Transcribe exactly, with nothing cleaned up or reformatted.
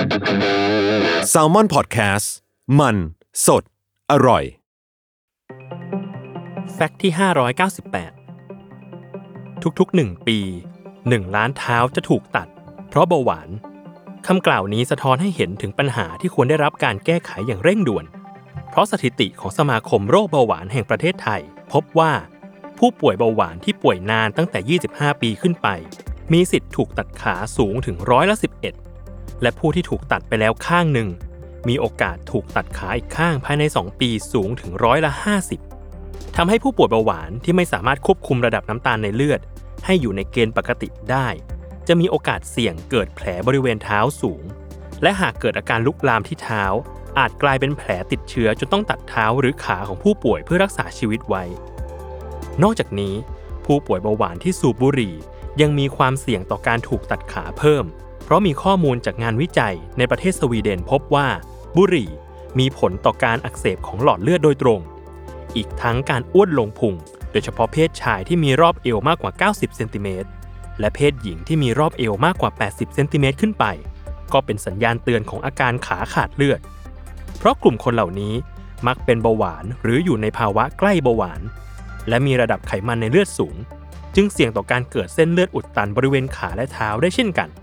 Salmon Podcast มันสดอร่อยแฟกต์ที่ห้าร้อยเก้าสิบแปดทุกๆหนึ่งปีหนึ่งล้านเท้าจะถูกตัดเพราะเบาหวานคำกล่าวนี้สะท้อนให้เห็นถึงปัญหาที่ควรได้รับการแก้ไขอย่างเร่งด่วนเพราะสถิติของสมาคมโรคเบาหวานแห่งประเทศไทยพบว่าผู้ป่วยเบาหวานที่ป่วยนานตั้งแต่ยี่สิบห้าปีขึ้นไปมีสิทธิ์ถูกตัดขาสูงถึงร้อยละสิบเอ็ดและผู้ที่ถูกตัดไปแล้วข้างหนึ่งมีโอกาสถูกตัดขาอีกข้างภายในสองปีสูงถึงร้อยละห้าสิบทำให้ผู้ป่วยเบาหวานที่ไม่สามารถควบคุมระดับน้ำตาลในเลือดให้อยู่ในเกณฑ์ปกติได้จะมีโอกาสเสี่ยงเกิดแผลบริเวณเท้าสูงและหากเกิดอาการลุกลามที่เท้าอาจกลายเป็นแผลติดเชื้อจนต้องตัดเท้าหรือขาของผู้ป่วยเพื่อรักษาชีวิตไว้นอกจากนี้ผู้ป่วยเบาหวานที่สูบบุหรี่ยังมีความเสี่ยงต่อการถูกตัดขาเพิ่มเพราะมีข้อมูลจากงานวิจัยในประเทศสวีเดนพบว่าบุหรี่มีผลต่อการอักเสบของหลอดเลือดโดยตรงอีกทั้งการอ้วนลงพุงโดยเฉพาะเพศชายที่มีรอบเอวมากกว่าเก้าสิบเซนติเมตรและเพศหญิงที่มีรอบเอวมากกว่าแปดสิบเซนติเมตรขึ้นไปก็เป็นสัญญาณเตือนของอาการขาขาดเลือดเพราะกลุ่มคนเหล่านี้มักเป็นเบาหวานหรืออยู่ในภาวะใกล้เบาหวานและมีระดับไขมันในเลือดสูงจึงเสี่ยงต่อการเกิดเส้นเลือดอุดตันบริเวณขาและเท้าได้เช่นกัน